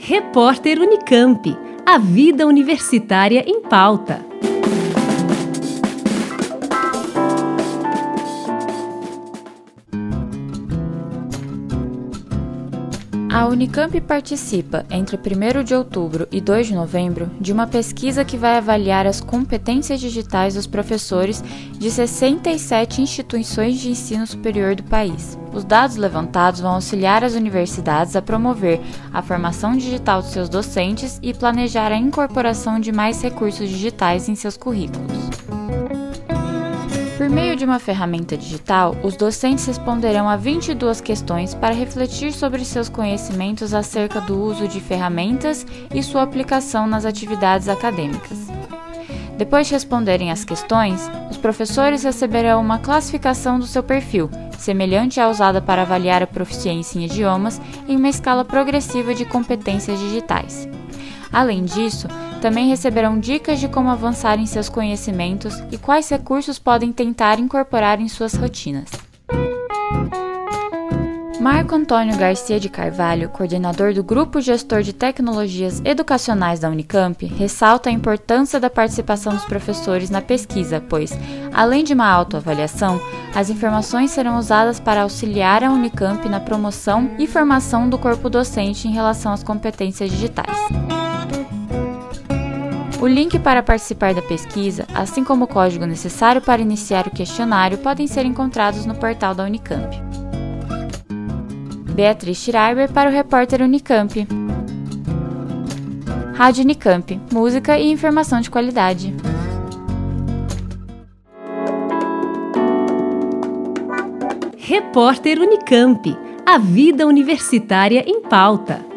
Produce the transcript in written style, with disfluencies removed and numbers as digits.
Repórter Unicamp. A vida universitária em pauta. A Unicamp participa, entre 1º de outubro e 2 de novembro, de uma pesquisa que vai avaliar as competências digitais dos professores de 67 instituições de ensino superior do país. Os dados levantados vão auxiliar as universidades a promover a formação digital de seus docentes e planejar a incorporação de mais recursos digitais em seus currículos. Por meio de uma ferramenta digital, os docentes responderão a 22 questões para refletir sobre seus conhecimentos acerca do uso de ferramentas e sua aplicação nas atividades acadêmicas. Depois de responderem as questões, os professores receberão uma classificação do seu perfil, semelhante à usada para avaliar a proficiência em idiomas, em uma escala progressiva de competências digitais. Além disso, também receberão dicas de como avançar em seus conhecimentos e quais recursos podem tentar incorporar em suas rotinas. Marco Antônio Garcia de Carvalho, coordenador do Grupo Gestor de Tecnologias Educacionais da Unicamp, ressalta a importância da participação dos professores na pesquisa, pois, além de uma autoavaliação, as informações serão usadas para auxiliar a Unicamp na promoção e formação do corpo docente em relação às competências digitais. O link para participar da pesquisa, assim como o código necessário para iniciar o questionário, podem ser encontrados no portal da Unicamp. Beatriz Schreiber para o Repórter Unicamp. Rádio Unicamp, música e informação de qualidade. Repórter Unicamp. A vida universitária em pauta.